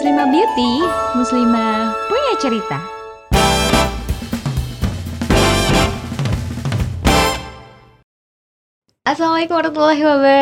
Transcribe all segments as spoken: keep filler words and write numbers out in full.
Muslimah Beauty, Muslimah punya cerita. Assalamualaikum warahmatullahi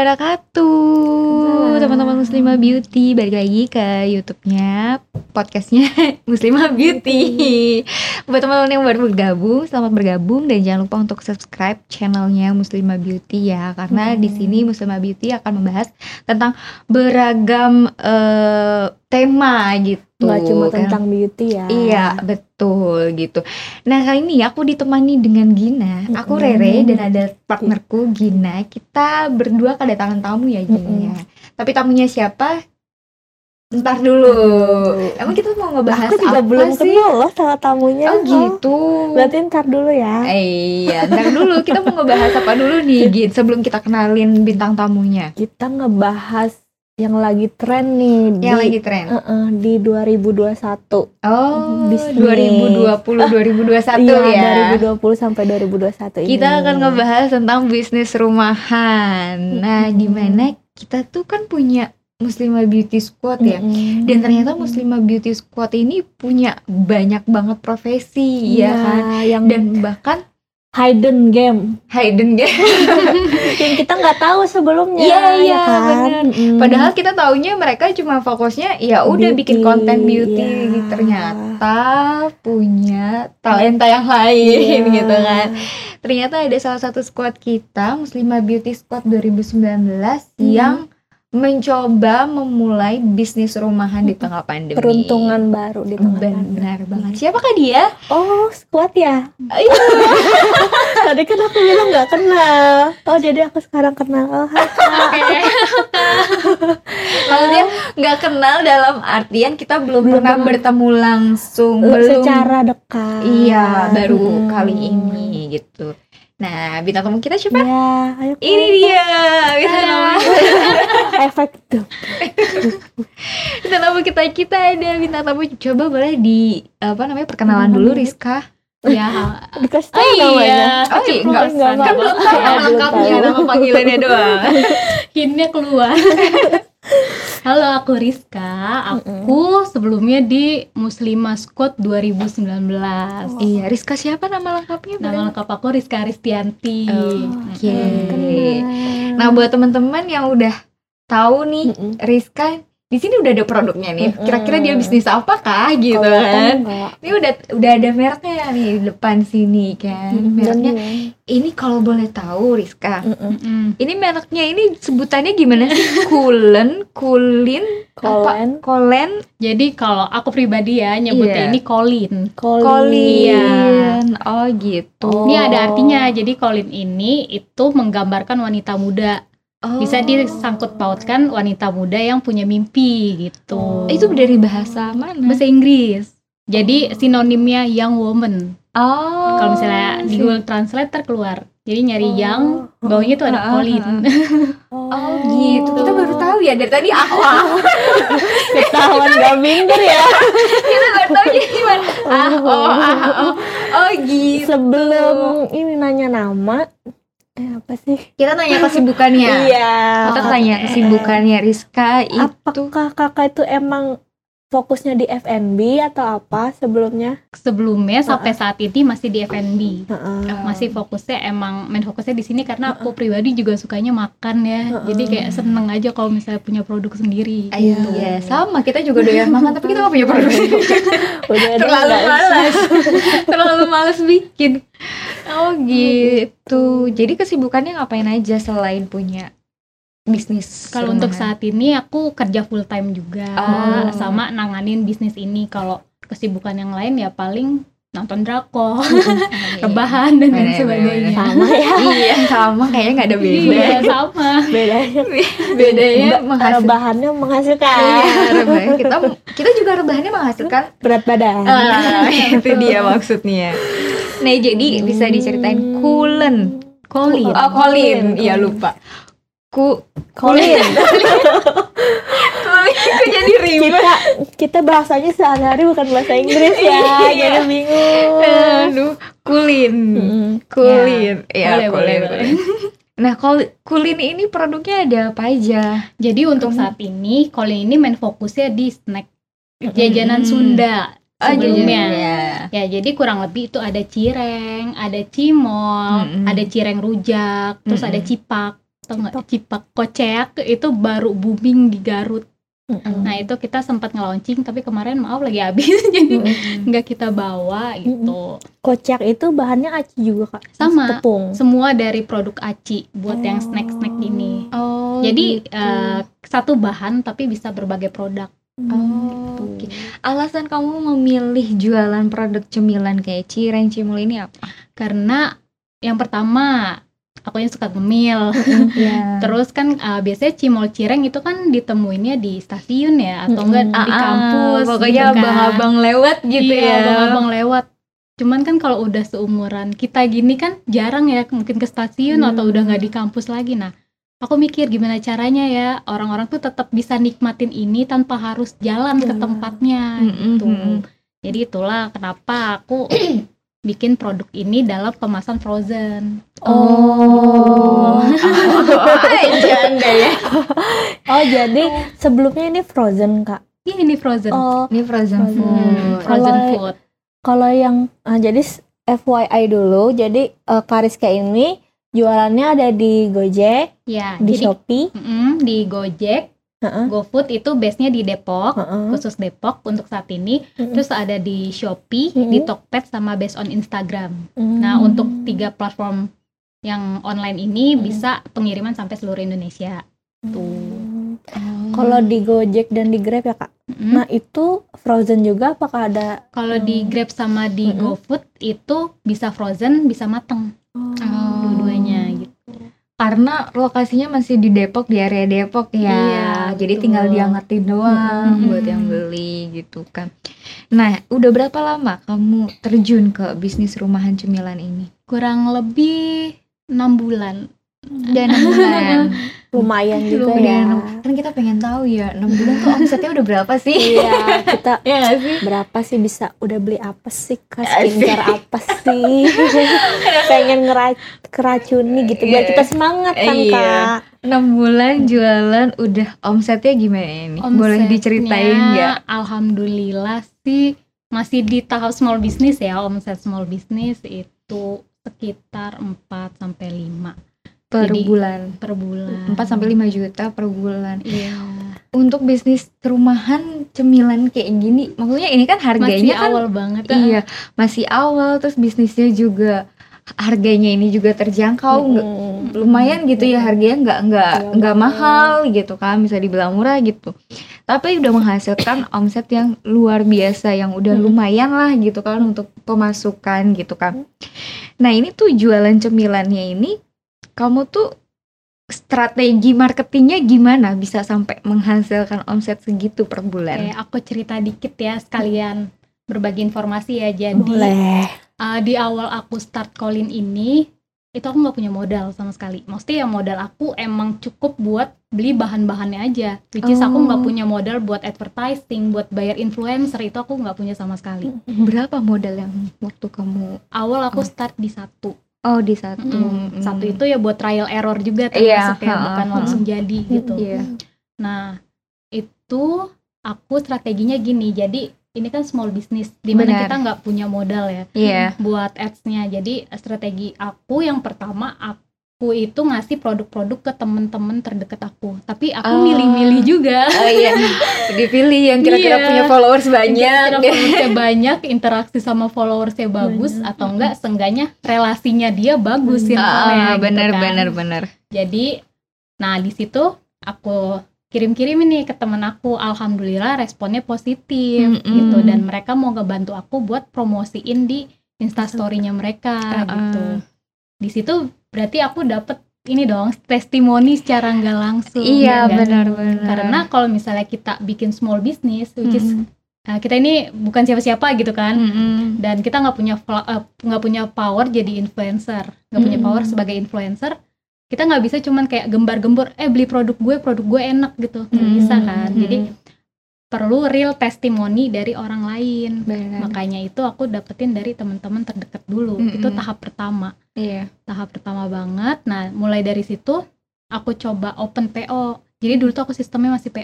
wabarakatuh. Teman-teman Muslimah Beauty, balik lagi ke YouTube-nya, podcastnya Muslimah Beauty. Buat teman-teman yang baru bergabung, selamat bergabung dan jangan lupa untuk subscribe channelnya Muslimah Beauty ya, karena hmm. di sini Muslimah Beauty akan membahas tentang beragam uh, tema gitu. Nggak cuma kan? Tentang beauty ya. Iya betul gitu. Nah kali ini aku ditemani dengan Gina. Aku mm-hmm. Rere dan ada partnerku Gina. Kita berdua kedatangan tamu ya Gina. Mm-hmm. Tapi tamunya siapa? Ntar dulu. Mm-hmm. Emang kita mau ngebahas aku juga apa belum sih? kenal loh sama tamunya. Oh gitu. Berarti ntar dulu ya. Iya ntar dulu. Kita mau ngebahas apa dulu nih Gin? Sebelum kita kenalin bintang tamunya. Kita ngebahas yang lagi tren nih. Yang di, lagi tren. Uh-uh, di dua ribu dua puluh satu. Oh, Bisnis. dua ribu dua puluh dua ribu dua puluh satu iya, ya. dua ribu dua puluh sampai dua ribu dua puluh satu ini. Kita akan ngebahas tentang bisnis rumahan. Nah, hmm. dimana kita tuh kan punya Muslimah Beauty Squad ya. Hmm. Dan ternyata Muslimah Beauty Squad ini punya banyak banget profesi ya, ya kan. Yang dan bahkan hidden game, hidden game yang kita nggak tahu sebelumnya. Iya iya ya kan? benar. Mm. Padahal kita taunya mereka cuma fokusnya ya udah bikin konten beauty. Ya. Ternyata punya talenta yang lain ya. Gitu kan. Ternyata ada salah satu squad kita Muslimah Beauty Squad dua ribu sembilan belas hmm. yang mencoba memulai bisnis rumahan di tengah pandemi. Peruntungan baru di tengah Benar pandemi. Benar banget. Siapakah dia? Oh, squad ya? Iya. Tadi kan aku bilang nggak kenal. Oh, jadi aku sekarang kenal. Oh, hai. Maksudnya nggak kenal dalam artian kita belum, belum pernah bertemu langsung, uh, belum secara dekat. Iya, baru hmm. kali ini gitu. Nah, bintang tamu kita siapa? Ya, ayo ini dia, bintang tamu. Efek tuh. Bintang tamu kita kita ada bintang tamu. Coba boleh di apa namanya perkenalan hmm. dulu, Rizka. Ya, dikasih tahu oh, namanya. Iya. Oh iya, enggak, enggak, kan belum tahu nama lengkapnya, nama panggilannya doang. Hinnya keluar. Halo, aku Rizka. Aku sebelumnya di Muslimah Squad dua ribu sembilan belas. Oh. Iya, Rizka siapa nama lengkapnya? Nama bener? Lengkap aku Rizka Aristianti. Oh, Oke. Okay. Nah, buat teman-teman yang udah tahu nih Mm-mm. Rizka di sini udah ada produknya nih. Mm-mm. Kira-kira dia bisnis apakah gitu oh, kan? Oh, ini udah udah ada mereknya nih di depan sini kan. Mm-mm. Mereknya ini kalau boleh tahu Rizka. Mm-mm. Ini mereknya ini sebutannya gimana sih? Kulen, Kulin, Kolen, Kolen. Jadi kalau aku pribadi ya nyebutnya yeah. ini Kolin. Kolin. Oh gitu. Oh. Ini ada artinya. Jadi Kolin ini itu menggambarkan wanita muda. Oh. Bisa disangkut pautkan wanita muda yang punya mimpi gitu. Oh. Itu dari bahasa mana? Bahasa Inggris. Jadi oh. sinonimnya young woman. Oh. Kalau misalnya di Google Translate terkeluar. Jadi nyari oh. young, bawahnya tuh ada Colin. Oh. oh gitu. Kita baru tahu ya dari tadi awal. Ketahuan gak minder ya. Kita baru tahu jadi gimana. Ah oh ah oh. Oh gitu. Sebelum ini nanya nama. Eh, apa sih? Kita tanya kesibukannya. Iya. Kita tanya kesibukannya Rizka itu. Apakah kakak itu emang fokusnya di F and B atau apa sebelumnya? Sebelumnya uh-uh. sampai saat ini masih di F and B. Uh-uh. Masih fokusnya emang main fokusnya di sini karena uh-uh. aku pribadi juga sukanya makan ya. Uh-uh. Jadi kayak seneng aja kalau misalnya punya produk sendiri. Iya, gitu. Ya, sama kita juga doyan makan tapi kita nggak punya produk sendiri. Terlalu malas. Terlalu malas bikin. Oh gitu. Jadi kesibukannya ngapain aja selain punya bisnis? Kalau untuk saat ini aku kerja full time juga oh. sama nanganin bisnis ini. Kalau kesibukan yang lain ya paling nonton drakor, rebahan dan lain sebagainya. Sama ya? Iya sama, kayaknya nggak ada beda. Iya sama. Bedanya, bedanya menghasilkan. Rebahannya menghasilkan. Iya, rebahan kita kita juga rebahannya menghasilkan berat badan. Ah, itu dia maksudnya. Nah jadi hmm. bisa diceritain Kulen, Kolin. Oh Kolin, iya lupa. Ku Kolin. Kolin kok jadi ribet. Kita kita bahasanya sehari-hari bukan bahasa Inggris ya, jadi bingung. Aduh, Kulin. Hmm. Kulin. Ya, ya boleh, boleh, boleh. Nah, Kulin ini produknya ada apa aja? Jadi untuk saat ini Kolin ini main fokusnya di snack. jajanan Mm-mm. Sunda Oh, sebelumnya. jajanan, Ya, jadi kurang lebih itu ada cireng, ada cimol, Mm-mm. ada cireng rujak, terus Mm-mm. ada cipak. Tau nggak? Cipak kocek itu baru booming di Garut. Mm-mm. Nah, itu kita sempat nge-launching, tapi kemarin maaf lagi habis jadi Mm-mm. nggak kita bawa gitu. Kocak itu bahannya aci juga kak? Sama. Tepung. Semua dari produk Aci buat yang Oh. snack-snack ini. Oh, Jadi gitu. eh, satu bahan tapi bisa berbagai produk. Oh, gitu. oke. Alasan kamu memilih jualan produk cemilan kayak cireng, cimol ini apa? Karena yang pertama aku yang suka ngemil. Iya. Terus kan uh, biasanya cimol cireng itu kan ditemuinnya di stasiun ya, atau enggak Mm-mm. di Ah, ah, kampus. pokoknya gitu kan. abang-abang lewat gitu Iya, ya. abang-abang lewat. Cuman kan kalau udah seumuran kita gini kan jarang ya mungkin ke stasiun Hmm. atau udah nggak di kampus lagi. Nah, aku mikir gimana caranya ya orang-orang tuh tetap bisa nikmatin ini tanpa harus jalan ke Jalan. tempatnya gitu. Mm-mm. Jadi itulah kenapa aku bikin produk ini dalam kemasan frozen. Oh, aja enggak ya? Oh jadi sebelumnya ini frozen kak? Iya, ini frozen. Oh Ini frozen Frozen. food. Hmm, frozen Kalau- food. kalau yang ah, jadi s- F Y I dulu, jadi eh, Kariska ini jualannya ada di Gojek, Ya, di jadi Shopee. mm, di Gojek, Heeh. GoFood itu base-nya di Depok, Heeh. khusus Depok untuk saat ini. Mm-mm. Terus ada di Shopee, Mm-mm. di Tokped sama based on Instagram. Mm. Nah, untuk tiga platform yang online ini Mm. bisa pengiriman sampai seluruh Indonesia. Tuh. Hmm. Oh. Kalau di Gojek dan di Grab ya kak? Mm. Nah itu frozen juga apakah ada? Kalau di Grab sama di Mm-mm. GoFood itu bisa frozen, bisa mateng, Oh. dua-duanya gitu. Karena lokasinya masih di Depok, di area Depok ya. Iya, Jadi betul. tinggal diangetin doang Mm-mm. buat yang beli gitu kan. Nah, udah berapa lama kamu terjun ke bisnis rumahan cemilan ini? Kurang lebih enam bulan. Udah enam bulan. Lumayan juga Lumayan. ya. Kan kita pengen tahu ya, enam bulan tuh omsetnya udah berapa sih? Iya kita Ya nggak sih? berapa sih bisa udah beli apa sih kak, Asik. skincare apa sih? Pengen ngera- keracuni gitu biar Iya. kita semangat kan Iya. kak. enam bulan jualan udah omsetnya gimana ini? Boleh Omsetnya, diceritain nggak? Alhamdulillah sih masih di tahap small business ya. Omset small business itu sekitar empat sampai lima Per Jadi, bulan. per bulan. empat sampai lima juta per bulan. Iya. Untuk bisnis rumahan cemilan kayak gini, maksudnya ini kan Masih harganya kan awal banget. iya, masih awal, terus bisnisnya juga harganya ini juga terjangkau, nggak Mm. lumayan gitu ya, harganya nggak nggak Nggak nggak mahal. mahal gitu kan, bisa dibilang murah gitu. Tapi udah menghasilkan omset yang luar biasa, yang udah Hmm. lumayan lah gitu kan untuk pemasukan gitu kan. Nah ini tuh jualan cemilannya ini, kamu tuh strategi marketingnya gimana bisa sampai menghasilkan omset segitu per bulan? Oke, aku cerita dikit ya sekalian berbagi informasi ya. Jadi Boleh. uh, di awal aku start Colin ini itu aku nggak punya modal sama sekali. Maksudnya ya modal aku emang cukup buat beli bahan-bahannya aja. Which is aku Oh. nggak punya modal buat advertising, buat bayar influencer, itu aku nggak punya sama sekali. Berapa modal yang waktu kamu Awal aku start di satu. oh di satu Mm-mm. mm. Satu itu ya buat trial error juga Iya, termasuk ya, ha, bukan ha. langsung jadi gitu. Iya. Nah, itu aku strateginya gini. Jadi ini kan small business dimana Benar. kita nggak punya modal ya Iya. buat ads-nya. Jadi strategi aku yang pertama, aku itu ngasih produk-produk ke temen-temen terdekat aku. Tapi aku Oh. milih-milih juga. Oh iya, dipilih yang kira-kira Iya. punya followers banyak. Kira-kira followersnya banyak, interaksi sama followersnya bagus, Banyak. atau enggak seenggaknya relasinya dia bagus Hmm. circle-nya, Ah, gitu bener kan. bener bener. Jadi, nah di situ aku kirim-kirim nih ke temen aku, alhamdulillah responnya positif Mm-mm. gitu, dan mereka mau ngebantu aku buat promosiin di instastory-nya mereka Uh-uh. gitu. Di situ berarti aku dapet ini dong testimoni secara nggak langsung. Iya ya kan? benar benar. Karena kalau misalnya kita bikin small business, which is Mm-mm. uh, kita ini bukan siapa-siapa gitu kan, Mm-mm. dan kita nggak punya fla- uh, nggak punya power jadi influencer, nggak punya Mm. power sebagai influencer, kita nggak bisa cuman kayak gembar-gembor eh beli produk gue produk gue enak gitu, nggak Mm. bisa kan. Jadi Mm. perlu real testimoni dari orang lain. Benar. Makanya itu aku dapetin dari teman-teman terdekat dulu. Mm-mm. Itu tahap pertama Iya. tahap pertama banget. Nah mulai dari situ aku coba open P O. Jadi dulu tuh aku sistemnya masih P O.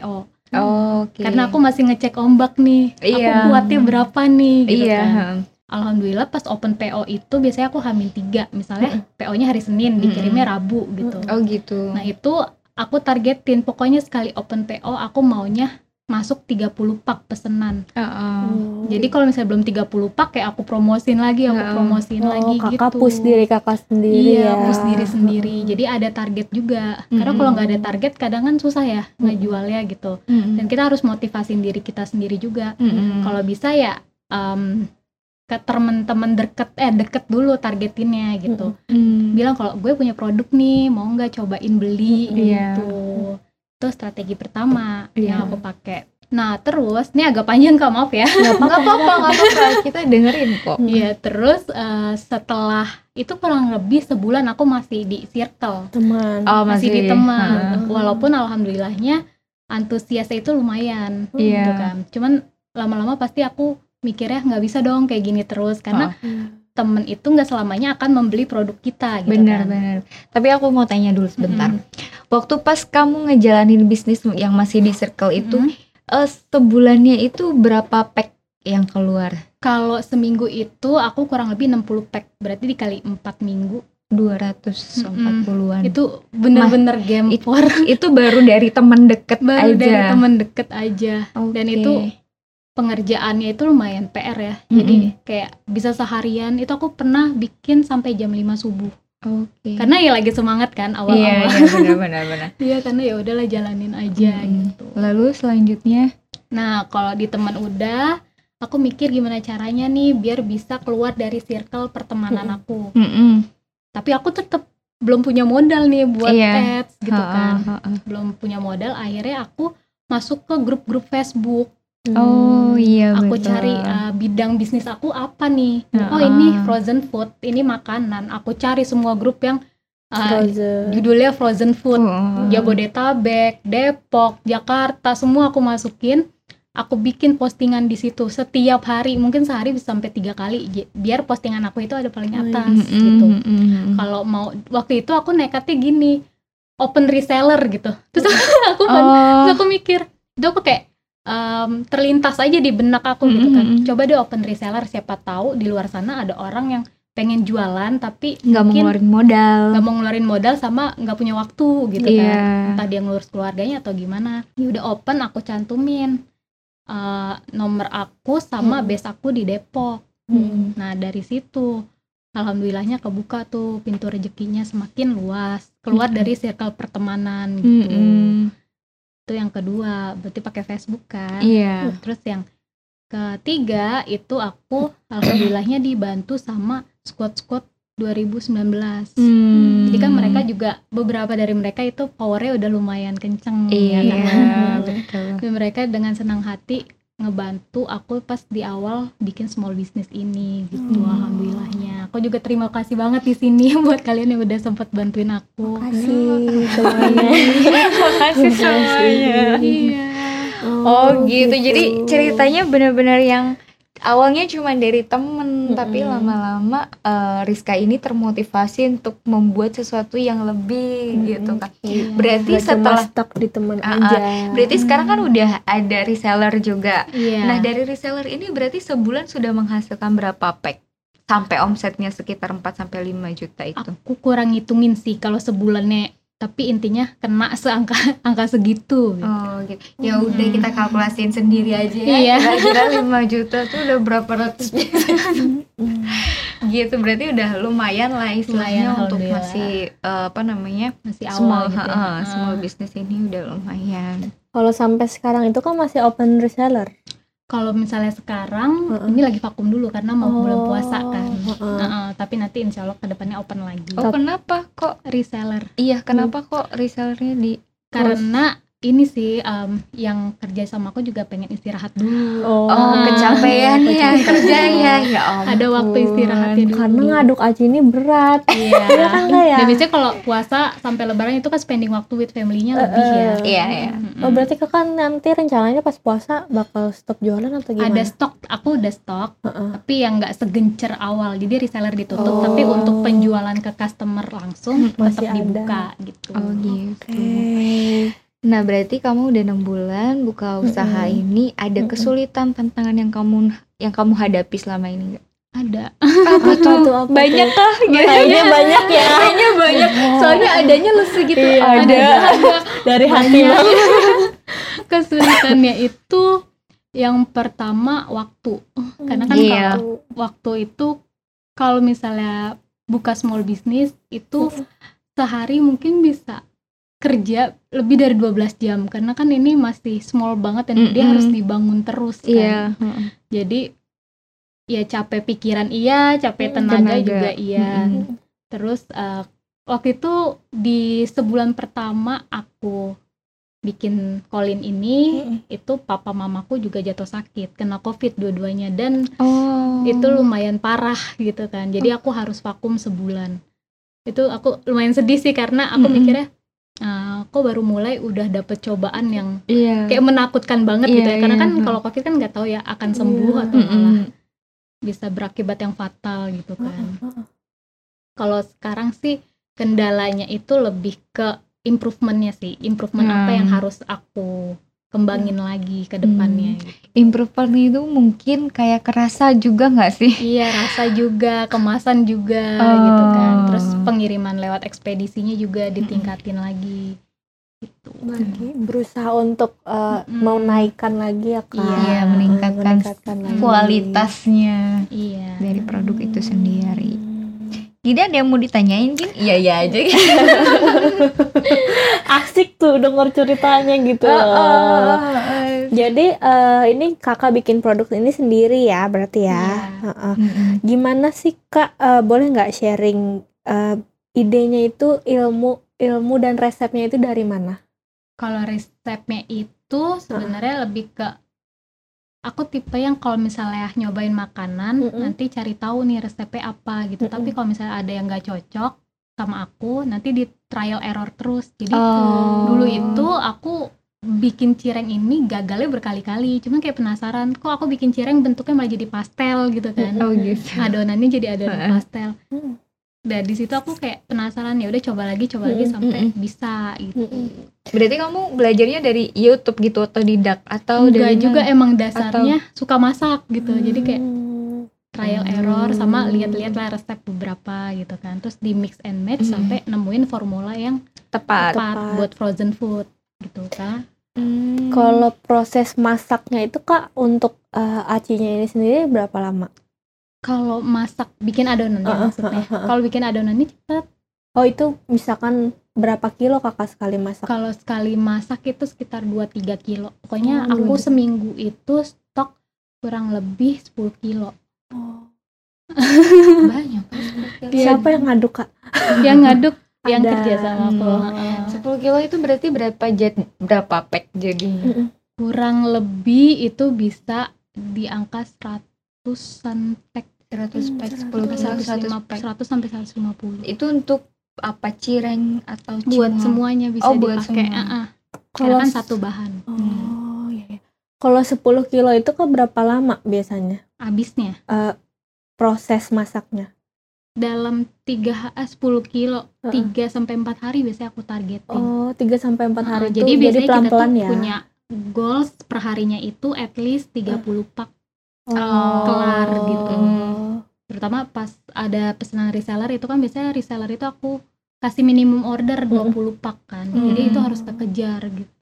Oh, oke. Karena aku masih ngecek ombak nih, Iya. aku kuatnya berapa nih gitu Iya. kan. Alhamdulillah pas open P O itu biasanya aku hamil tiga, misalnya P O-nya hari Senin, dikirimnya Rabu gitu. Oh gitu. Nah itu aku targetin, pokoknya sekali open P O aku maunya masuk tiga puluh pak pesenan. Uh-uh. Jadi kalau misalnya belum tiga puluh pak, kayak aku promosin lagi, aku Uh-uh. promosin Oh, lagi kakak gitu. push diri kakak sendiri Iya, ya. push diri sendiri. Jadi ada target juga. Karena kalau nggak ada target kadang kan susah ya ngejualnya gitu. Mm-mm. Dan kita harus motivasin diri kita sendiri juga. Mm-mm. Kalau bisa ya um, ke temen-temen deket eh deket dulu targetinnya gitu. Mm. Bilang kalau gue punya produk nih, mau nggak cobain beli Iya. gitu. Itu strategi pertama Iya. yang aku pakai. Nah terus, ini agak panjang Kak, maaf ya. Nggak apa-apa, nggak apa-apa. Kita dengerin kok. Iya, terus eh, setelah itu kurang lebih sebulan aku masih di circle, Teman. Oh, masih, di masih. teman. Ha. Walaupun alhamdulillahnya antusiasnya itu lumayan, Iya. gitu kan. Cuman lama-lama pasti aku mikirnya nggak bisa dong kayak gini terus, karena temen itu nggak selamanya akan membeli produk kita, gitu Benar, kan. benar. Tapi aku mau tanya dulu sebentar. Mm-mm. Waktu pas kamu ngejalanin bisnis yang masih di circle itu, Mm-mm. eh, sebulannya itu berapa pack yang keluar? Kalau seminggu itu aku kurang lebih enam puluh pack, berarti dikali empat minggu. dua ratus empat puluhan. Itu bener-bener game Itu, war. itu baru dari teman deket Baru aja. dari temen deket aja. Dan Oke. itu pengerjaannya itu lumayan P R ya. Jadi kayak bisa seharian itu aku pernah bikin sampai jam lima subuh. Oke. Karena ya lagi semangat kan Iya, awal-awal. iya benar-benar benar. Iya, karena ya udahlah jalanin aja Mm-mm. gitu. Lalu selanjutnya, Nah, kalau di teman udah, aku mikir gimana caranya nih biar bisa keluar dari circle pertemanan aku. mm-mm. Tapi aku tetap belum punya modal nih buat Iya. ads gitu Ha-ha, kan. ha-ha. Belum punya modal, akhirnya aku masuk ke grup-grup Facebook. Oh iya Aku betul. cari uh, bidang bisnis aku apa nih. Heeh. Oh ini frozen food, ini makanan. Aku cari semua grup yang uh, Frozen. judulnya frozen food. Oh. Jabodetabek, Depok, Jakarta, semua aku masukin. Aku bikin postingan di situ setiap hari, mungkin sehari bisa sampai tiga kali. J- Biar postingan aku itu ada paling atas Mm-mm, gitu. mm-mm. Kalau mau waktu itu aku nekatnya gini, open reseller gitu. Terus aku kan, Oh. terus aku mikir, itu aku kayak um, terlintas aja di benak aku gitu kan. Mm-mm. Coba deh open reseller, siapa tahu di luar sana ada orang yang pengen jualan tapi Nggak mau mungkin ngeluarin modal. nggak mau ngeluarin modal sama nggak punya waktu gitu Iya. kan. Entah dia ngurus keluarganya atau gimana. Ya udah open, aku cantumin uh, nomor aku sama Hmm. base aku di Depok. Hmm. Nah dari situ alhamdulillahnya kebuka tuh pintu rezekinya semakin luas, keluar Mm-mm. dari circle pertemanan gitu. Mm-mm. Itu yang kedua, berarti pakai Facebook kan. Iya. Terus yang ketiga itu aku alhamdulillahnya dibantu sama squad-squad dua ribu sembilan belas. Hmm. Jadi kan mereka juga, beberapa dari mereka itu powernya udah lumayan kenceng. Iya, ya kan? betul. Dan mereka dengan senang hati ngebantu aku pas di awal bikin small business ini gitu. Hmm. Alhamdulillahnya. Aku juga terima kasih banget di sini buat kalian yang udah sempat bantuin aku. Makasih semuanya. Makasih semuanya. Iya. Oh gitu. Jadi ceritanya benar-benar yang awalnya cuma dari temen, Mm-mm. tapi lama-lama eh, Rizka ini termotivasi untuk membuat sesuatu yang lebih Mm-mm. gitu kan. Iya. Berarti Gak cuma setelah stuck di teman Ah, ah. aja. berarti sekarang kan udah ada reseller juga. Iya. Nah, dari reseller ini berarti sebulan sudah menghasilkan berapa pack? Sampai omsetnya sekitar empat sampai lima juta itu. Aku kurang ngitungin sih kalau sebulannya, tapi intinya kena seangka angka segitu gitu. Oh gitu. Ya udah kita kalkulasiin sendiri aja ya. Iya. Kira-kira lima juta tuh udah berapa ratus gitu. Berarti udah lumayan lah istilahnya Lumayan, untuk alhamdulillah. masih eh, apa namanya? Masih small awal gitu. ha-ha, Ah. small business ini udah lumayan. Kalau sampai sekarang itu kan masih open reseller. Kalau misalnya sekarang Heeh. ini lagi vakum dulu karena mau bulan Oh, puasa kan. heeh. Heeh, tapi nanti insya Allah kedepannya open lagi. Oh, kenapa kok? Reseller. Iya, kenapa kok resellernya di Karena ini sih em, yang kerja sama aku juga pengen istirahat dulu. Oh, Oh, kecapean ya kerja ya. Ya ampun. Ada waktu istirahatnya dulu. karena ngaduk aci ini berat. Iya. Iya kan Kak, ya? Dan biasanya kalau puasa sampai lebaran itu kan spending waktu with family-nya lebih ya. Iya, iya. Mm-mm. Oh, berarti Kakak nanti rencananya pas puasa bakal stop jualan atau gimana? Ada stok, aku udah stok, Heeh. tapi yang nggak segencer awal. Jadi reseller ditutup, Oh. tapi untuk penjualan ke customer langsung Masih tetap ada. dibuka gitu. Oh gitu. Oke. Nah, berarti kamu udah enam bulan buka usaha Mm-mm. ini, ada Mm-mm. kesulitan, tantangan yang kamu yang kamu hadapi selama ini nggak? Ada. Apa Apa tuh, apa banyak tuh? kah? Kayaknya banyak ya. Kayaknya banyak. Soalnya adanya lesu gitu. Iya, ada. ada. Dari hati banget. Kesulitannya itu yang pertama waktu. Karena kan Iya. kalau waktu itu kalau misalnya buka small business itu sehari mungkin bisa kerja lebih dari dua belas jam karena kan ini masih small banget dan dia Mm-mm. harus dibangun terus kan. Iya. Jadi ya capek pikiran iya, capek Mm, tenaga, tenaga. juga iya. Mm-mm. Terus uh, waktu itu di sebulan pertama aku bikin Kolin ini, Mm-mm. itu papa mamaku juga jatuh sakit, kena covid dua-duanya dan Oh. itu lumayan parah gitu kan. Jadi aku harus vakum sebulan. Itu aku lumayan sedih sih karena aku Mm-mm. mikirnya uh, kok baru mulai udah dapet cobaan yang Iya. kayak menakutkan banget Iya, gitu ya. Karena iya. kan kalau covid kan nggak tahu ya akan sembuh Iya. atau malah Mm-mm. bisa berakibat yang fatal gitu kan. Kalau sekarang sih kendalanya itu lebih ke improvementnya sih, improvement apa yang Hmm. harus aku kembangin lagi ke depannya. gitu. Improvement itu mungkin kayak kerasa juga nggak sih? Iya, rasa juga, kemasan juga Oh. gitu kan. Terus pengiriman lewat ekspedisinya juga ditingkatin lagi. Gitu. Lagi berusaha untuk uh, Mm-mm. menaikkan lagi ya Kak. Iya, Uh, meningkatkan lagi. Kualitasnya Iya. dari produk itu sendiri. Hmm. Gini ada yang mau ditanyain, Gin? Iya iya aja. Asik tuh denger ceritanya gitu. Jadi uh, ini kakak bikin produk ini sendiri ya berarti ya. Iya. Uh-uh. Gimana sih Kak, uh, boleh nggak sharing uh, idenya itu, ilmu ilmu dan resepnya itu dari mana? Kalau resepnya itu sebenarnya lebih ke aku tipe yang kalau misalnya nyobain makanan Mm-mm. nanti cari tahu nih resepnya apa gitu. Mm-mm. Tapi kalau misalnya ada yang nggak cocok sama aku nanti di trial error terus. Jadi Oh. dulu itu aku bikin cireng ini gagalnya berkali-kali. Cuma kayak penasaran kok aku bikin cireng bentuknya malah jadi pastel gitu kan. Oh gitu. Adonannya jadi adonan Heeh. pastel. Mm. Dan di situ aku kayak penasaran, ya udah coba lagi coba lagi Mm-mm. sampai Mm-mm. bisa gitu. Berarti kamu belajarnya dari YouTube gitu, otodidak atau Enggak dari juga, mana? emang dasarnya suka masak gitu. Jadi kayak Hmm. trial Hmm. error sama lihat-lihat lah resep beberapa gitu kan. Terus di mix and match Hmm. sampai nemuin formula yang tepat. tepat Tepat. buat frozen food gitu kan. Hmm. Kalau proses masaknya itu Kak untuk uh, acinya ini sendiri berapa lama? Kalau masak bikin adonan ya Uh-uh, maksudnya. uh-uh, uh-uh. Kalau bikin adonan ini cepet. Oh itu misalkan berapa kilo kakak sekali masak? Kalau sekali masak itu sekitar dua sampai tiga kilo. Pokoknya Oh, aku dua. seminggu itu stok kurang lebih sepuluh kilo. Oh. Banyak. Siapa yang ngaduk Kak? Yang ngaduk yang Ada. kerja sama aku. Hmm. Heeh. sepuluh kilo itu berarti berapa jet berapa pack jadinya? Mm-mm. Kurang lebih itu bisa di angka seratusan pack, seratus pack, Hmm, sepuluh kilo seratus seratus lima pack. seratus sampai seratus lima puluh. Itu untuk apa, cireng atau Buat cimol? semuanya bisa Oh, buat dipakai. semua. Heeh. Kalau Karena kan s- satu bahan. Oh iya. iya. Kalau sepuluh kilo itu Kak berapa lama biasanya Habisnya uh, proses masaknya? dalam tiga eh, sepuluh kilo, Heeh. tiga sampai empat hari biasanya aku targetin. Oh tiga sampai empat hari Heeh, itu jadi jadi biasanya pelan-pelan kita tuh ya. punya goals per harinya itu at least tiga puluh pak. Oh. kelar gitu. Oh. Terutama pas ada pesanan reseller itu kan biasanya reseller itu aku kasih minimum order dua puluh pak kan. Jadi Mm. itu harus kekejar gitu.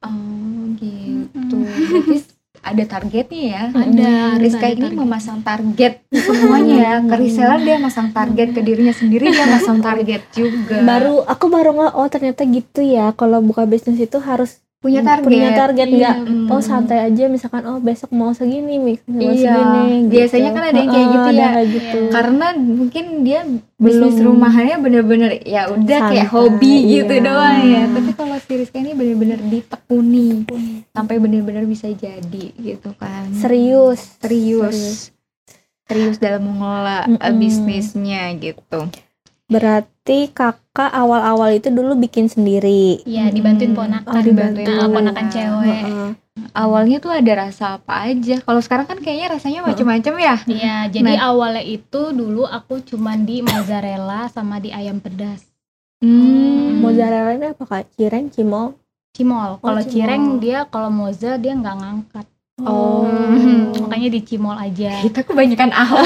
Oh gitu. Mm. Berarti ada targetnya ya. Ada, harus Rizka ada ini target. memasang target semuanya ya. Ke reseller dia masang target, ke dirinya sendiri dia masang target juga. Baru aku baru nggak, oh ternyata gitu ya. Kalau buka bisnis itu harus punya target. punya target Iya, nggak? betul. Oh santai aja, misalkan oh besok mau segini, mix mau Iya, segini. biasanya kan ada yang kayak Heeh, gitu ada ya. kayak gitu. Iya. Karena mungkin dia bisnis Belum. rumahannya bener-bener ya udah kayak Santai, hobi gitu iya. doang ya. Tapi kalau si Rizka ini bener-bener ditekuni sampai bener-bener bisa jadi gitu kan. Serius. serius serius dalam mengelola uh, Mm-mm. bisnisnya gitu. Berarti kakak awal-awal itu dulu bikin sendiri. Iya, dibantuin Hmm. ponakan. Oh, dibantuin Nah, ponakan. ponakan cewek. Heeh. Awalnya tuh ada rasa apa aja. Kalau sekarang kan kayaknya rasanya macam-macam ya. Iya, jadi Nah. awalnya itu dulu aku cuman di mozzarella sama di ayam pedas. Hmm. Mozzarella ini apa Kak? Cireng, cimol? cimol. Kalau cimol. cireng dia, kalau moza dia nggak ngangkat. Oh. Hmm, makanya dicimol aja. Kita kebanyakan awal.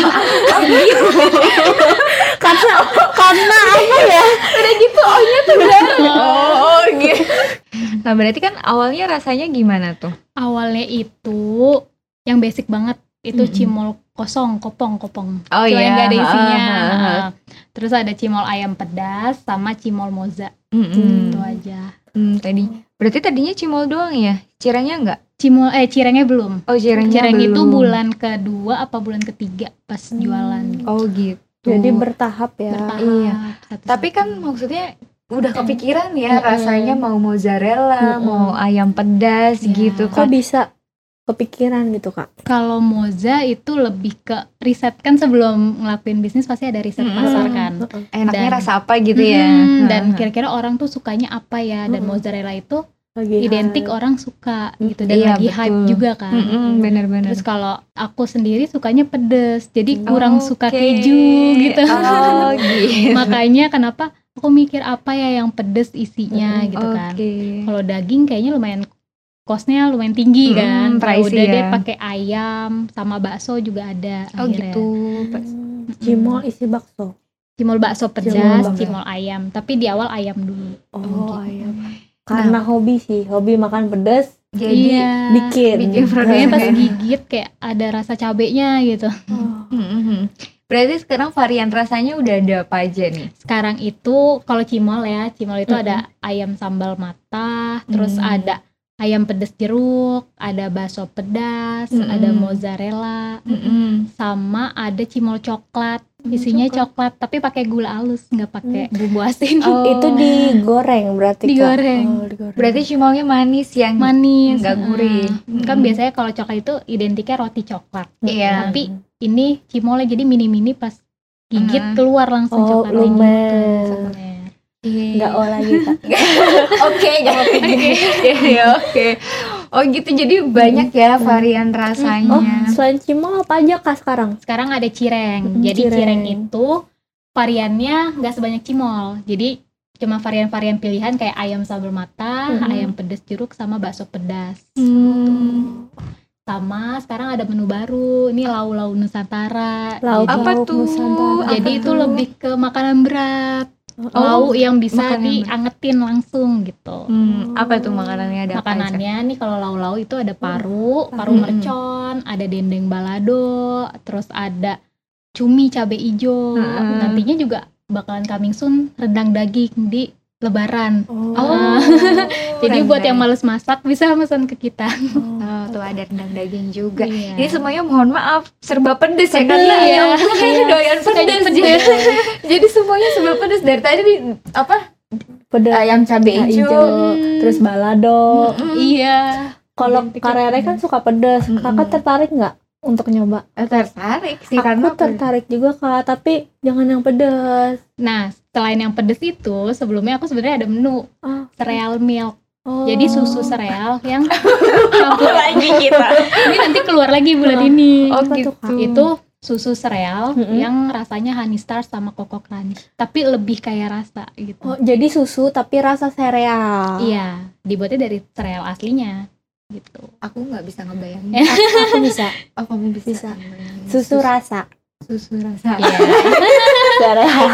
karena karena apa ya? Udah gitu ohnya tuh bareng. Oh, gitu. Nah, berarti kan awalnya rasanya gimana tuh? Awalnya itu yang basic banget itu Mm-mm. cimol kosong, kopong, kopong. Oh Cuma iya. yang nggak ada isinya. Ah, ah, ah. Terus ada cimol ayam pedas sama cimol moza. Mm-mm. Itu aja. Hmm, tadi. Berarti tadinya cimol doang ya? Cirengnya enggak? Cimol eh cirengnya belum. Oh, cirengnya Cireng belum. itu bulan kedua apa bulan ketiga pas jualan. Oh, gitu. Jadi bertahap ya. Bertahap, iya. satu-satu. Tapi kan maksudnya udah kepikiran ya Mm-mm. rasanya mau mozzarella, Mm-mm. mau ayam pedas Ya. gitu Kok kan. bisa kepikiran gitu kak? kalau moza itu lebih ke riset kan, sebelum ngelakuin bisnis pasti ada riset Mm-mm. pasar kan. Enaknya Dan- rasa apa gitu ya. Hmm, dan Heeh. kira-kira orang tuh sukanya apa ya, dan Mm-mm. mozzarella itu Lagi identik hype. orang suka gitu, dan Iya, lagi betul. hype juga kan. Mm-mm, bener-bener. Terus kalau aku sendiri sukanya pedes, jadi kurang suka Oke. keju gitu. Oh, gitu. Makanya kenapa aku mikir apa ya yang pedes isinya Mm-mm. gitu kan. Oke. Kalau daging kayaknya lumayan costnya lumayan tinggi Mm-mm, kan. Kalau pricey udah ya. deh pakai ayam sama bakso juga ada Oh, akhirnya. gitu. Hmm, Cimol isi bakso. Cimol bakso pedas, Cimol cimol, bakso. ayam. Tapi di awal ayam dulu. Oh, gitu. ayam. Karena hobi sih, hobi makan pedas. Jadi iya. bikin. bikin produk. Kayaknya pas gigit kayak ada rasa cabenya gitu. Oh. Mm-mm. Berarti sekarang varian rasanya udah ada apa aja nih? Sekarang itu kalau cimol ya, cimol itu Mm-mm. ada ayam sambal matah, terus Mm. ada ayam pedas jeruk, ada bakso pedas, Mm-mm. ada mozzarella, Mm-mm. sama ada cimol coklat. Isinya coklat, tapi pakai gula halus, nggak pakai bumbu asin. Oh. Itu digoreng berarti Kak? Digoreng. Oh, digoreng. Berarti cimolnya manis yang Manis, nggak gurih. Heeh. Kan Mm. biasanya kalau coklat itu identiknya roti coklat. Iya. Tapi ini cimolnya jadi mini-mini, pas gigit Mm. keluar langsung Oh, coklatnya lumer. gitu. Lumer. Nggak oh lagi Kak. Oke, oke. Iya, oke. Oh gitu, jadi banyak ya varian Oh, rasanya. selain cimol apa aja Kak sekarang? Sekarang ada cireng. Mm, Jadi cireng. cireng itu variannya nggak sebanyak cimol. Jadi cuma varian-varian pilihan kayak ayam sambal matah, Mm-mm. ayam pedas jeruk, sama bakso pedas. Hmm. Sama sekarang ada menu baru, ini lau-lau Nusantara. Lauk Jadi, Apa lauk tuh? Nusantara. jadi itu tuh? lebih ke makanan berat. Oh, Lauk yang bisa makanan berat. diangetin langsung gitu. Hmm, apa tuh makanannya, ada apa aja? Makanannya nih kalau lau-lau itu ada paru, paru Mm-mm. mercon, ada dendeng balado, terus ada cumi cabai ijo. Mm-mm. Nantinya juga bakalan coming soon rendang daging di Lebaran. Oh. Oh. Jadi buat yang rendang. males masak bisa pesan ke kita. Oh, tuh ada rendang daging juga. Iya. Ini semuanya mohon maaf serba pedes ya, Pedes, karena iya. yang punya ini doyan Sukanya pedes. pedes. Jadi, jadi semuanya serba pedes dari tadi di apa? Pedas Ayam cabai hijau. hijau, terus balado. Mm-mm. Iya. Kalau Identik Kak Rere kan suka pedas. Mm-mm. Kakak tertarik nggak untuk nyoba? Eh, tertarik sih Aku karena tertarik juga Kak, tapi jangan yang pedas. Nah, selain yang pedes itu, sebelumnya aku sebenarnya ada menu Ah. cereal milk. Oh. Jadi susu sereal yang lagi kita. ini nanti keluar lagi bulan ini. Oh Apa tuh, gitu. Kak? Itu susu sereal Mm-mm. yang rasanya honey star sama coco crunch, tapi lebih kayak rasa gitu. Oh, jadi susu tapi rasa sereal. Iya, dibuatnya dari sereal aslinya gitu. Aku nggak bisa ngebayangin. Aku, aku bisa. Oh, kamu bisa. Bisa. ngebayangin. Susu rasa. susu rasa. Iya. Sereal.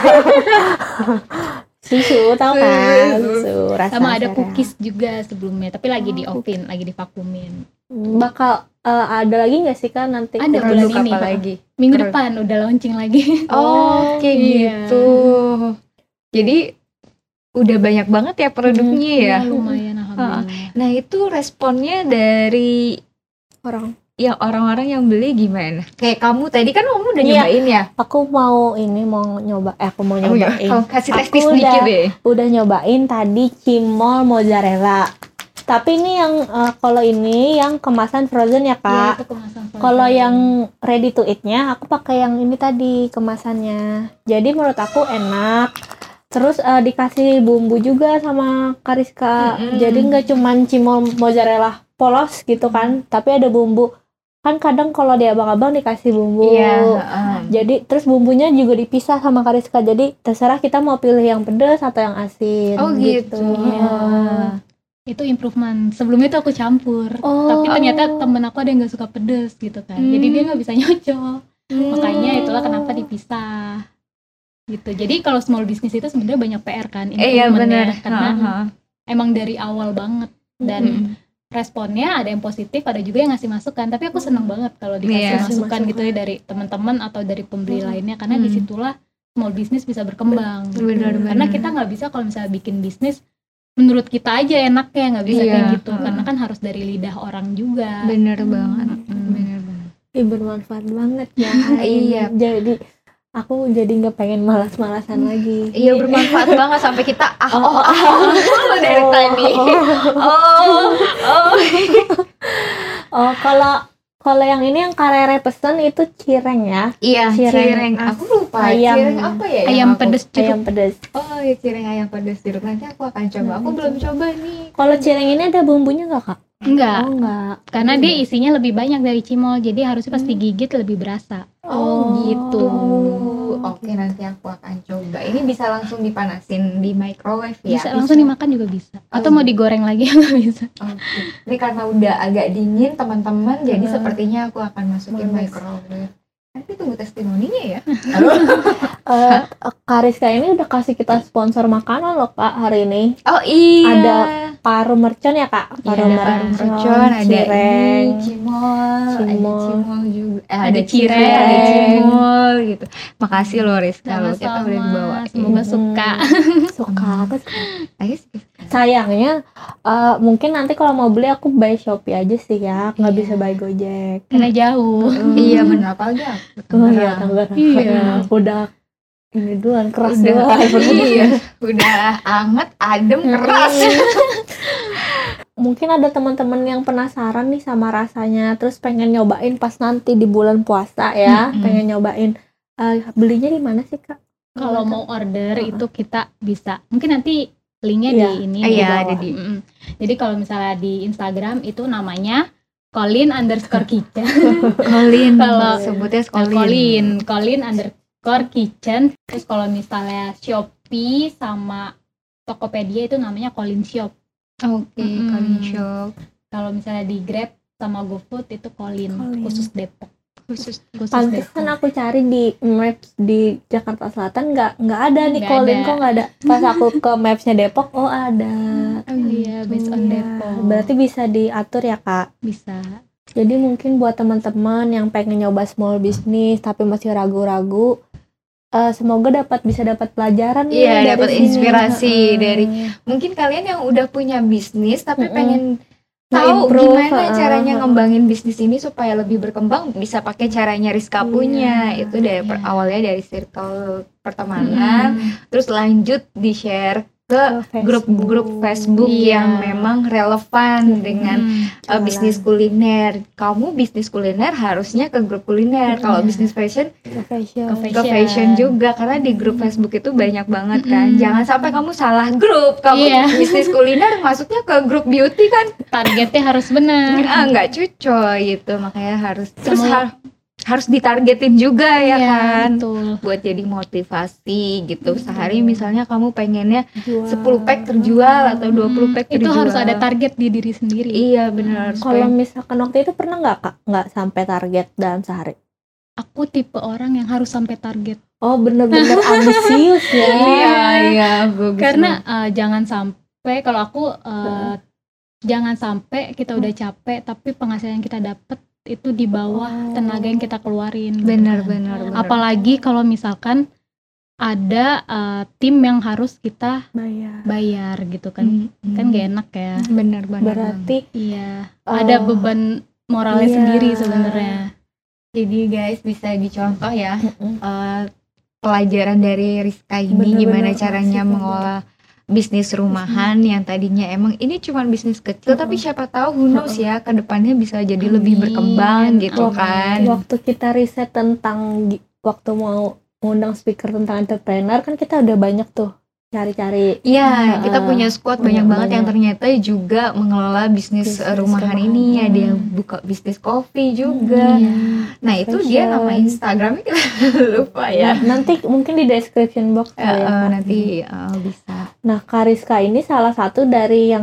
Susu tahu kan? Susu. Susu rasa. Sama ada sereal. cookies juga sebelumnya, tapi lagi Oh, di oven, lagi divakumin. Bakal eh, ada lagi nggak sih kan nanti? Ada Produk bulan ini. apa lagi? Minggu Produk. depan udah launching lagi. Oh, kayak Iya. gitu. Jadi udah banyak banget ya produknya ya. Iya, lumayan alhamdulillah. Nah, itu responnya dari Orang. yang orang-orang yang beli gimana? Kayak kamu tadi kan kamu udah Iya. nyobain ya? Aku mau ini mau nyoba. Eh, aku mau Oh, ya. nyobain. Kamu kasih tes Aku sedikit udah- deh. Udah nyobain tadi cimol mozzarella. Tapi ini yang eh, kalau ini yang kemasan frozen ya Iya, Kak. itu kemasan frozen. Kalau yang ready to eat-nya aku pakai yang ini tadi kemasannya. Jadi menurut aku enak. Terus eh, dikasih bumbu juga sama Kariska. Mm-mm. Jadi nggak cuman cimol mozzarella polos gitu kan, tapi ada bumbu. Kan kadang kalau di abang-abang dikasih bumbu. Iya, heeh. Jadi terus bumbunya juga dipisah sama Kariska. Jadi terserah kita mau pilih yang pedas atau yang asin. Oh, gitu. Iya. itu improvement. Sebelumnya tuh aku campur, Oh. tapi ternyata temen aku ada yang nggak suka pedes gitu kan, Hmm. jadi dia nggak bisa nyocok. Hmm. Makanya itulah kenapa dipisah gitu. Jadi kalau small business itu sebenarnya banyak P R kan, Eh, iya improvementnya, benar. karena Ha-ha. emang dari awal banget dan Mm-mm. responnya ada yang positif, ada juga yang ngasih masukan. Tapi aku seneng banget kalau dikasih Iya. masukan Masukan. gitu ya dari teman-teman atau dari pembeli Hmm. lainnya, karena Hmm. disitulah small business bisa berkembang. Benar, Karena benar. kita nggak bisa kalau misalnya bikin bisnis menurut kita aja enaknya, nggak bisa Iya. kayak gitu. Hmm. Karena kan harus dari lidah orang juga. bener banget. Mm-mm. Bener banget. Ih, bermanfaat banget ya. Iya. Jadi aku jadi nggak pengen malas-malasan lagi. Iya, bermanfaat banget sampai kita ah Oh, oh ah oh, dari Oh, tadi. oh, Oh, oh. Oh, kalau kalau yang ini yang Karere pesen itu cireng ya. Iya, Cireng cireng. as- Aku lupa. ayam. Cireng apa ya? yang Ayam aku- pedes jeruk. Ayam pedas. Oh, ya cireng ayam pedas jeruk. Nanti aku akan coba. Aku Hmm, belum coba. coba nih. Kalau cireng ini ada bumbunya nggak kak? Enggak, Oh nggak. karena dia isinya lebih banyak dari cimol, jadi harusnya pasti gigit lebih berasa. Oh, gitu. Oh. Oke, nanti aku akan coba. Ini bisa langsung dipanasin di microwave ya? Bisa langsung dimakan juga bisa. Atau mau iya. digoreng lagi nggak bisa. Oke. Ini karena udah agak dingin teman-teman, jadi Hmm. sepertinya aku akan masukin Males. microwave. Nanti tunggu testimoninya ya. Eh, Kariska ini udah kasih kita sponsor makanan loh kak hari ini. Oh iya. Ada Paru mercon ya kak? Paru Iya, ada mercon, mercon, ada cireng. ini, cimol, ada Cimol. cimol juga, eh, Ada ada cireng, cireng. ada cimol gitu. Makasih loh Rizka, lo kita udah dibawa. Sama-sama, semoga suka. Suka aku suka. Ayo, Sayangnya eh, mungkin nanti kalau mau beli aku buy Shopee aja sih ya, nggak Iya. bisa buy Gojek. Karena jauh. Iya benar, apalagi aku Oh iya, Tangerang. Tangerang. Iya. Udah ini duluan keras Udah, duluan. iya, udah anget, adem, keras. Mungkin ada teman-teman yang penasaran nih sama rasanya, terus pengen nyobain pas nanti di bulan puasa ya, Mm-mm. pengen nyobain. Eh, belinya di mana sih kak? Kalau mau order Uh-uh. itu kita bisa. Mungkin nanti linknya Iya. di ini. Iya, di bawah. ada di- Mm-mm. Jadi kalau misalnya di Instagram itu namanya Colin underscore kitchen. Colin, Kalau- sebutnya Colin. Colin. Colin, Colin underscore kitchen. Terus kalau misalnya Shopee sama Tokopedia itu namanya Colin Shop. Oke, Mm-mm. Colin Shop. Kalau misalnya di Grab sama GoFood itu Colin, Colin. khusus Depok. Khusus. Khusus Pantesan Depok. aku cari di Maps di Jakarta Selatan nggak nggak ada nih Nggak Colin, ada. kok nggak ada. Pas aku ke Mapsnya Depok, oh ada. Oh iya, based on Iya. Depok. Berarti bisa diatur ya kak. Bisa. Jadi mungkin buat teman-teman yang pengen nyoba small business tapi masih ragu-ragu, eh, semoga dapat bisa dapat pelajaran nih Iya, dari dapat sini. inspirasi Heeh. dari mungkin kalian yang udah punya bisnis tapi Mm-mm. pengen tahu Nge-improve, gimana heeh, caranya heeh. ngembangin bisnis ini supaya lebih berkembang, bisa pakai caranya Rizka Iya. punya. Itu dari per- Iya. awalnya dari circle pertemanan, Mm-mm. terus lanjut di share ke Ke grup-grup Facebook Iya. yang memang relevan dengan Mm. uh, Jualan. bisnis kuliner. Kamu bisnis kuliner harusnya ke grup kuliner. Kalau Iya. bisnis fashion Ke fashion. Ke ke Fashion. fashion juga, karena di grup Facebook itu banyak banget kan. Mm-mm. Jangan sampai kamu salah grup. Kamu Iya. bisnis kuliner masuknya ke grup beauty kan, Targetnya harus benar. ah, nggak cocok gitu. Makanya harus terus Sama- har- harus ditargetin juga ya Iya, kan. betul. Buat jadi motivasi gitu. Sehari misalnya kamu pengennya Jual. sepuluh pack terjual atau dua puluh pack itu terjual. harus ada target di diri sendiri. Iya benar. Kalau misalkan waktu itu pernah nggak kak nggak sampai target dalam sehari? Aku tipe orang yang harus sampai target. Oh bener-bener ambisius ya. Iya, iya, bagus. Karena eh, jangan sampai kalau aku eh, jangan sampai kita udah capek tapi penghasilan yang kita dapat itu di bawah Oh. tenaga yang kita keluarin. benar benar benar. Apalagi kalau misalkan ada eh, tim yang harus kita Bayar. bayar gitu kan. Hmm, Kan gak enak ya. benar benar. Berarti Iya. Oh. Ada beban moralnya Iya. sendiri sebenarnya. Jadi guys bisa dicontoh ya Mm-mm. eh, pelajaran dari Rizka ini Bener-bener gimana asik caranya banget. mengolah bisnis rumahan yang tadinya emang ini cuma bisnis kecil, tapi siapa tahu who knows ya ke depannya bisa jadi lebih Amin. berkembang gitu Amin. kan. waktu kita riset tentang gi- waktu mau ngundang speaker tentang entrepreneur kan kita udah banyak tuh cari-cari. Iya, kita Heeh. punya squad Banyak banyak banget yang banget. ternyata juga mengelola bisnis, Bisnis eh, rumahan rumahan. ini. Ada yang buka bisnis kopi juga. Iya. Nah itu dia nama Fashion. Instagramnya kita lupa ya. Nah, nanti mungkin di description box Eh, kali ya, eh, Kak. nanti eh, bisa. Nah, Kariska ini salah satu dari yang daft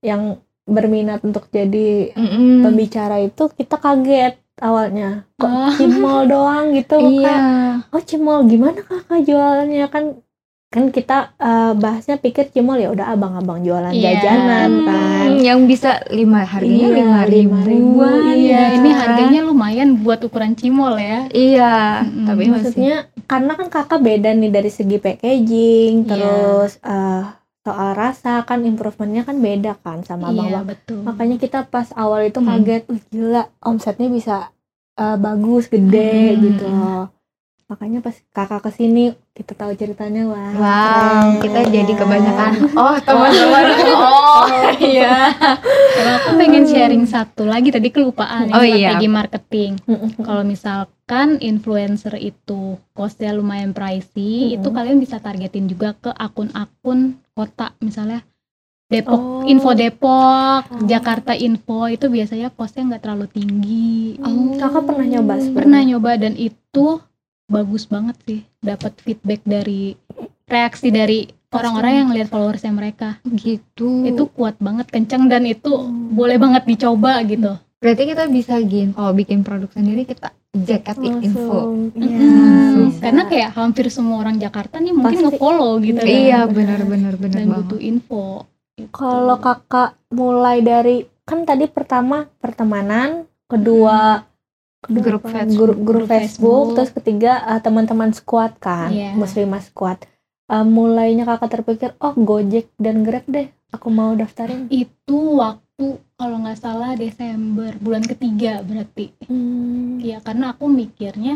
yang berminat untuk jadi Mm-mm. pembicara itu kita kaget awalnya. Kok Oh. cimol doang gitu Iya. Kak. Oh cimol gimana Kakak jualannya kan kan kita uh, bahasnya pikir cimol ya udah abang-abang jualan Iya. jajanan Hmm, kan. yang bisa lima harganya Iya, lima lima ribuan. ribu, Iya, Iya. ini harganya lumayan buat ukuran cimol ya. Iya, Mm-mm. tapi masih Maksudnya karena kan kakak beda nih dari segi packaging, Iya. terus uh, soal rasa kan improvementnya kan beda kan sama Iya, abang-abang. betul. Makanya kita pas awal itu Hmm. kaget, wih gila omsetnya bisa uh, bagus, gede Hmm. gitu loh. Makanya pas kakak kesini kita tahu ceritanya wah. wow, keren. kita jadi kebanyakan oh teman-teman. Oh, iya. Kalau aku pengen sharing satu lagi tadi kelupaan Oh, strategi iya. marketing. Mm-mm. Kalau misalkan influencer itu costnya lumayan pricey, Mm-mm. itu kalian bisa targetin juga ke akun-akun kota, misalnya Depok, Oh. Info Depok, Oh. Jakarta Info, itu biasanya costnya nggak terlalu tinggi. Oh, kakak pernah nyoba sebelumnya? Pernah nyoba dan itu bagus banget sih, dapat feedback dari reaksi dari orang-orang yang lihat followersnya mereka. Gitu. Itu kuat banget, kenceng, dan itu Hmm. boleh banget dicoba gitu. Berarti kita bisa gin kalau bikin produk sendiri kita jack at info. Langsung. Iya, Mm-mm. bisa. Karena kayak hampir semua orang Jakarta nih mungkin Pasti. nge-follow gitu kan. Iya, benar. benar-benar benar Dan banget. butuh info. Gitu. Kalau kakak mulai dari kan tadi pertama pertemanan, kedua kedua Grup apa? Facebook. grup, grup Grup Facebook, Facebook. terus ketiga uh, teman-teman squad kan, Iya. Muslimah squad. Uh, mulainya kakak terpikir, oh Gojek dan Grab deh, aku mau daftarin. Itu waktu kalau nggak salah Desember, bulan ketiga berarti. Hmm. Iya, karena aku mikirnya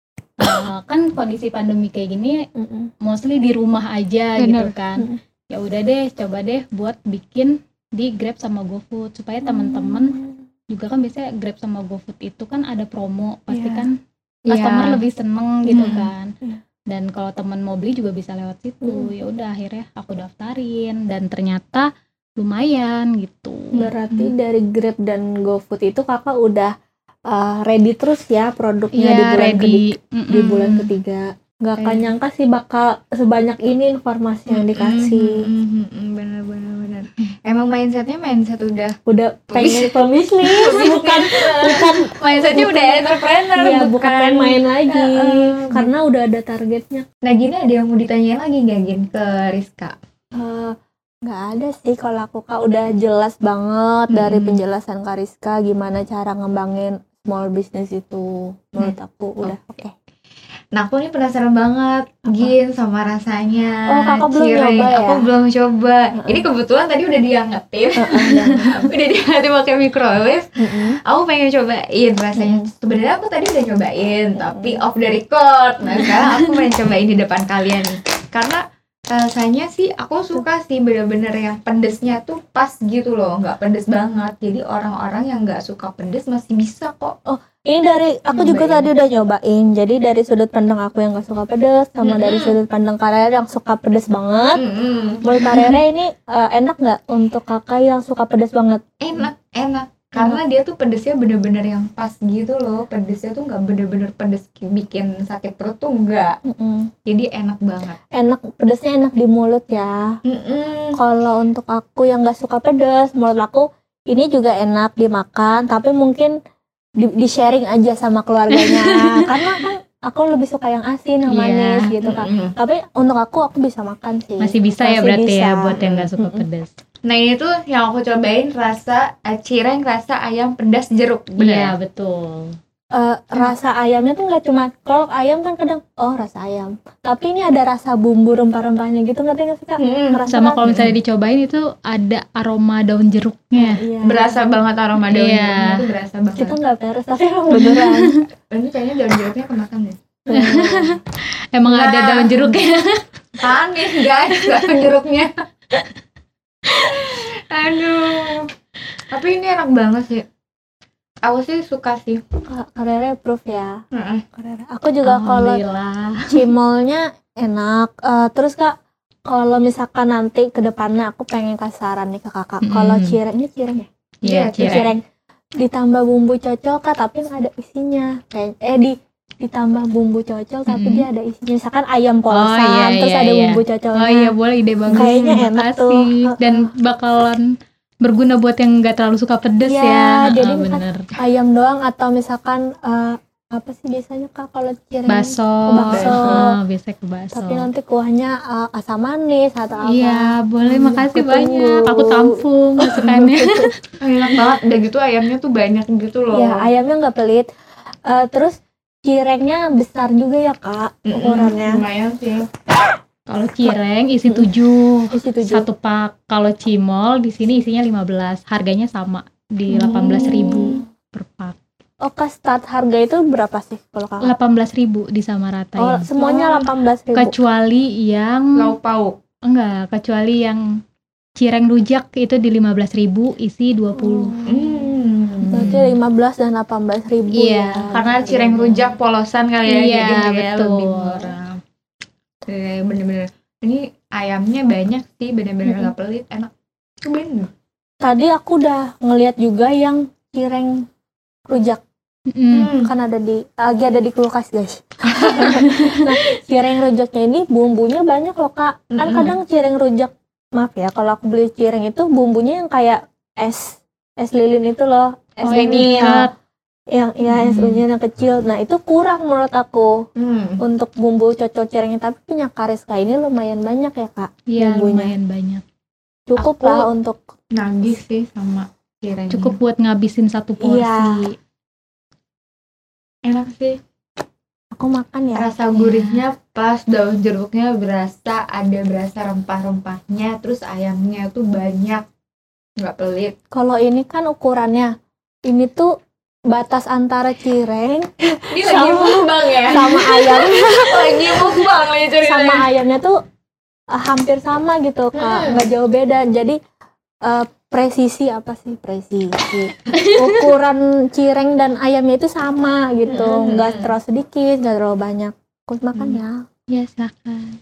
uh, kan kondisi pandemi kayak gini Mm-mm. mostly di rumah aja gitu Bener. kan. Mm-mm. Ya udah deh, coba deh buat bikin di Grab sama GoFood supaya teman-teman juga kan biasanya Grab sama GoFood itu kan ada promo, pasti Iya. kan Iya. customer lebih seneng gitu Hmm. kan. Iya. Dan kalau teman mau beli juga bisa lewat situ. Hmm. Ya udah akhirnya aku daftarin dan ternyata lumayan gitu. Berarti dari Grab dan GoFood itu kakak udah uh, ready terus ya produknya Iya, di bulan ready. ketiga. Di Mm-mm. bulan ketiga nggak akan Ready. nyangka sih bakal sebanyak ini informasi yang dikasih. Mm, mm, mm, mm, bener bener bener. Emang mindsetnya mindset udah Udah pengen pebisnis bukan bukan mindsetnya udah entrepreneur ya bukan main-main lagi Heeh. karena udah ada targetnya. Nah gini ada yang mau ditanyain lagi nggak Gin ke Rizka? Eh, nggak ada sih kalau aku kak udah jelas banget dari Mm-mm. penjelasan Kariska gimana cara ngembangin small business itu menurut aku udah oke. Nah aku nih penasaran banget Gin sama rasanya. Oh, kakak belum cireng. nyoba ya? Aku belum coba. Ini kebetulan tadi udah diangetin, udah diangetin pakai microwave. Mm-mm. Aku pengen cobain rasanya. Hmm. Sebenarnya aku tadi udah cobain, tapi off the record. Nah sekarang aku pengen cobain di depan kalian nih. Karena rasanya sih aku suka sih bener-bener yang pedesnya tuh pas gitu loh, nggak pedes banget. Jadi orang-orang yang nggak suka pedes masih bisa kok. Ini dari aku juga Nyobain. tadi udah nyobain. Jadi dari sudut pandang aku yang gak suka pedas sama Mm-mm. dari sudut pandang Karera yang suka pedas banget. Mm-mm. Menurut Karera ini eh, enak nggak untuk kakak yang suka pedas banget? Enak, enak. Karena dia tuh pedesnya bener-bener yang pas gitu loh. Pedesnya tuh nggak bener-bener pedes bikin sakit perut tuh nggak. Mm-mm. Jadi enak banget. Enak, pedasnya enak di mulut ya. Mm-mm. Kalau untuk aku yang gak suka pedas, menurut aku ini juga enak dimakan. Tapi mungkin di, di sharing aja sama keluarganya. Karena kan aku lebih suka yang asin, yang Iya. manis gitu kan. Mm-mm. Tapi untuk aku aku bisa makan sih. Masih bisa ya Masih berarti ya bisa. buat yang nggak suka Mm-mm. pedas. Nah ini tuh yang aku cobain rasa eh, cireng rasa ayam pedas jeruk. Bener Iya ya? betul. Eh, rasa ayamnya tuh nggak cuma kalau ayam kan kadang oh rasa ayam, tapi ini ada rasa bumbu rempah-rempahnya gitu, ngerti nggak sih kak? Mm-mm. Ngerasa Sama kan? kalau misalnya dicobain itu ada aroma daun jeruknya. Iya. Berasa banget aroma daun Iya. jeruknya tuh berasa banget. Kita nggak peres tapi emang beneran. Ini kayaknya daun jeruknya kemakan deh. Emang Nah. ada daun jeruknya. Panis guys daun jeruknya. Aduh. Tapi ini enak banget sih. Aku sih suka sih. Kak Karera approve ya. Heeh. Karera. Aku juga kalau Alhamdulillah. cimolnya enak. Eh, terus kak, kalau misalkan nanti ke depannya aku pengen kasih saran nih ke kakak. Mm-mm. Kalau cireng ini cireng ya? Iya, Iya, cireng. Cireng ditambah bumbu cocol kak, tapi nggak ada isinya. Kayak eh di ditambah bumbu cocol tapi Mm-mm. dia ada isinya. Misalkan ayam polsam, iya, terus iya, ada iya. bumbu cocolnya. Oh iya boleh, ide bagus. Kayaknya Terima enak kasih. tuh. Dan bakalan berguna buat yang nggak terlalu suka pedes Ya, ya. jadi Oh, misal- bener. Ayam doang atau misalkan eh, apa sih biasanya Kak kalau cireng? Bakso, Oh, bakso. Ah, biasanya ke bakso. Tapi nanti kuahnya eh, asam manis atau apa? Iya, boleh, Hmm, makasih aku banyak. tunggu. Aku tampung masukannya. Enak banget. Udah gitu ayamnya tuh banyak gitu loh. Ya, ayamnya nggak pelit. Eh, terus cirengnya besar juga ya Kak Mm-mm, ukurannya. lumayan sih. Kalau cireng isi tujuh Isi tujuh. satu pak. Kalau cimol di sini isinya lima belas. Harganya sama di Hmm. delapan belas ribu per pak. Oh, Kak, start harga itu berapa sih kalau Kakak? delapan belas ribu Oh, disamaratain. semuanya Oh. delapan belas ribu. Kecuali yang Lauk pauk. enggak, kecuali yang cireng rujak itu di lima belas ribu isi dua puluh. Hmm. Berarti lima belas dan delapan belas ribu Iya, ya. Karena cireng rujak polosan kali ya, Iya, jadi harganya betul. lebih murah. Eh, bener-bener. Ini ayamnya banyak sih, bener-bener Mm-mm. nggak pelit, enak. Bener. Tadi aku udah ngeliat juga yang cireng rujak. Mm-mm. Kan ada di lagi ada di kulkas guys. Nah, cireng rujaknya ini bumbunya banyak loh Kak. Kan Mm-mm. kadang cireng rujak, maaf ya, kalau aku beli cireng itu bumbunya yang kayak es es lilin itu loh, es Oh, yang unyil. ikat. yang ya es Hmm. unyil yang kecil. Nah, itu kurang menurut aku Hmm. untuk bumbu cocok cirengnya, tapi punya Kariska ini lumayan banyak ya Kak. Iya, Bumbunya. lumayan banyak. Cukup Aku- lah untuk Nagih sih sama cireng. Cukup buat ngabisin satu porsi. Iya. Enak sih. aku makan ya. Rasa gurihnya pas, daun jeruknya berasa, ada berasa rempah-rempahnya, terus ayamnya tuh banyak, nggak pelit. Kalau ini kan ukurannya, ini tuh batas antara cireng Ini lagi mukbang ya. sama ayam Lagi mukbang nih ceritanya. sama ayamnya tuh uh, hampir sama gitu Kak, nggak jauh beda. Jadi uh, presisi apa sih presisi ukuran cireng dan ayamnya itu sama gitu, Hmm. nggak terlalu sedikit, nggak terlalu banyak. Aku makan ya. Ya, silakan.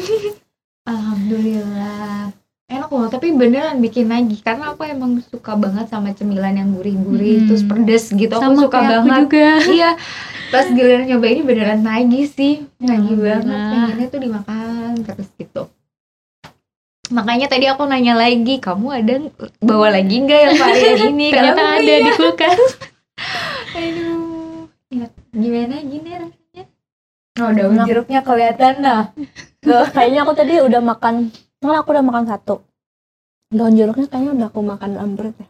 Alhamdulillah. Enak loh, tapi beneran bikin lagi karena aku emang suka banget sama cemilan yang gurih-gurih, Hmm. terus pedes gitu. Sama Aku suka kayak aku banget. juga. Iya. Pas giliran nyoba ini beneran nagih sih. Nagih banget, Alhamdulillah. pengennya tuh dimakan terus gitu. Makanya tadi aku nanya lagi, kamu ada bawa lagi nggak yang varian ini? Ternyata Kalau ada iya. di kulkas. Aduh, ya, gimana gini rasanya? Oh, daun jeruknya kelihatan lah. Tuh, kayaknya aku tadi udah makan, malah aku udah makan satu. Daun jeruknya kayaknya udah aku makan dalam perut ya.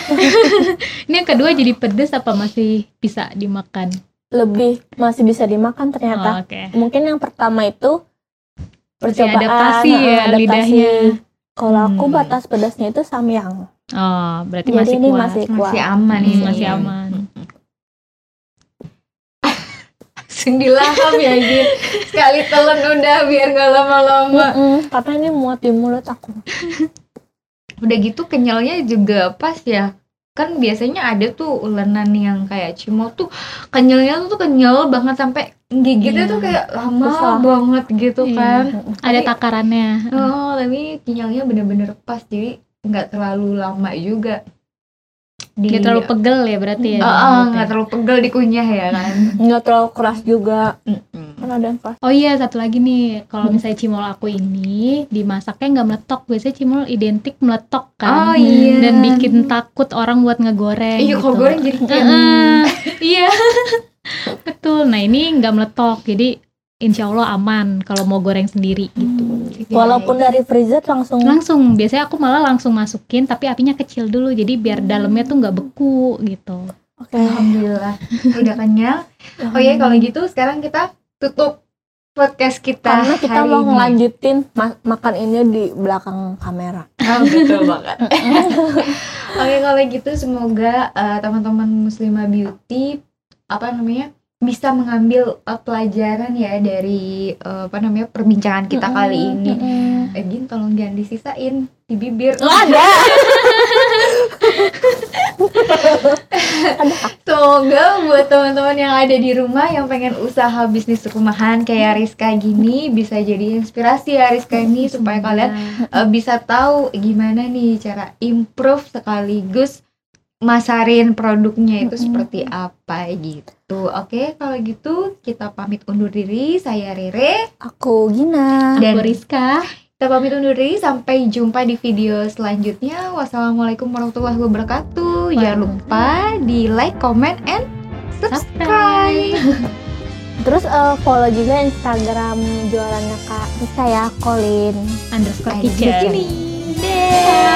Ini yang kedua jadi pedes apa masih bisa dimakan? Lebih masih bisa dimakan Oh, ternyata. Oke. Mungkin yang pertama itu Masih percobaan, adaptasi nah, ya adaptasi. lidahnya. Kalau aku Hmm. batas pedasnya itu samyang. Oh, berarti Jadi masih ini kuat. masih kuat. Masih aman Hmm, ini. masih aman. Langsung dilahap ya gitu. Sekali telan udah biar gak lama-lama. Mm-mm, karena ini muat di mulut aku. Udah gitu kenyalnya juga pas ya. Kan biasanya ada tuh ulenan yang kayak cimol tuh kenyalnya tuh kenyal banget sampai gigitnya Iya. tuh kayak lama Susah. banget gitu Iya. kan. Ada Tapi- takarannya. Oh, tapi kenyalnya bener-bener pas, jadi nggak terlalu lama juga. Di, Nggak terlalu pegel ya berarti ya. Ah, di ah, mulut nggak ya. terlalu pegel dikunyah ya kan. Nggak terlalu keras juga. Mm-mm. Kan ada yang keras. Oh iya, satu lagi nih, kalau misalnya cimol aku ini dimasaknya nggak meletok. Biasanya cimol identik meletok Oh kan. iya. Dan bikin takut orang buat ngegoreng. Iya, gitu. kalau goreng jadi kayak Heeh, iya. Betul. Nah, ini nggak meletok. Jadi insya Allah aman kalau mau goreng sendiri gitu. Walaupun dari freezer langsung. Langsung, biasanya aku malah langsung masukin tapi apinya kecil dulu. Jadi biar dalamnya tuh nggak beku gitu. Oke. Alhamdulillah udah kenyang. Oh iya, kalau gitu sekarang kita tutup podcast kita Karena kita hari mau ini. ngelanjutin ma- makan ini di belakang kamera. Oh, betul banget. Oke, kalau gitu semoga eh, teman-teman Muslimah Beauty apa namanya bisa mengambil eh, pelajaran ya dari eh, apa namanya perbincangan kita kali ini. Eh, Gin, tolong jangan disisain di bibir. Ada. Semoga buat teman-teman yang ada di rumah yang pengen usaha bisnis rumahan kayak Rizka gini bisa jadi inspirasi ya Rizka ini supaya kalian uh, bisa tahu gimana nih cara improve sekaligus masarin produknya itu seperti apa gitu. Oke, kalau gitu kita pamit undur diri. Saya Rere Aku Gina. dan Aku Rizka. kita Kita pamit undur diri, sampai jumpa di video selanjutnya. Wassalamualaikum warahmatullahi wabarakatuh. Jangan lupa di like, comment, and subscribe. Terus uh, follow juga Instagram jualannya Kak Rizka ya, Colin underscore Ada di kitchen. sini. Dah.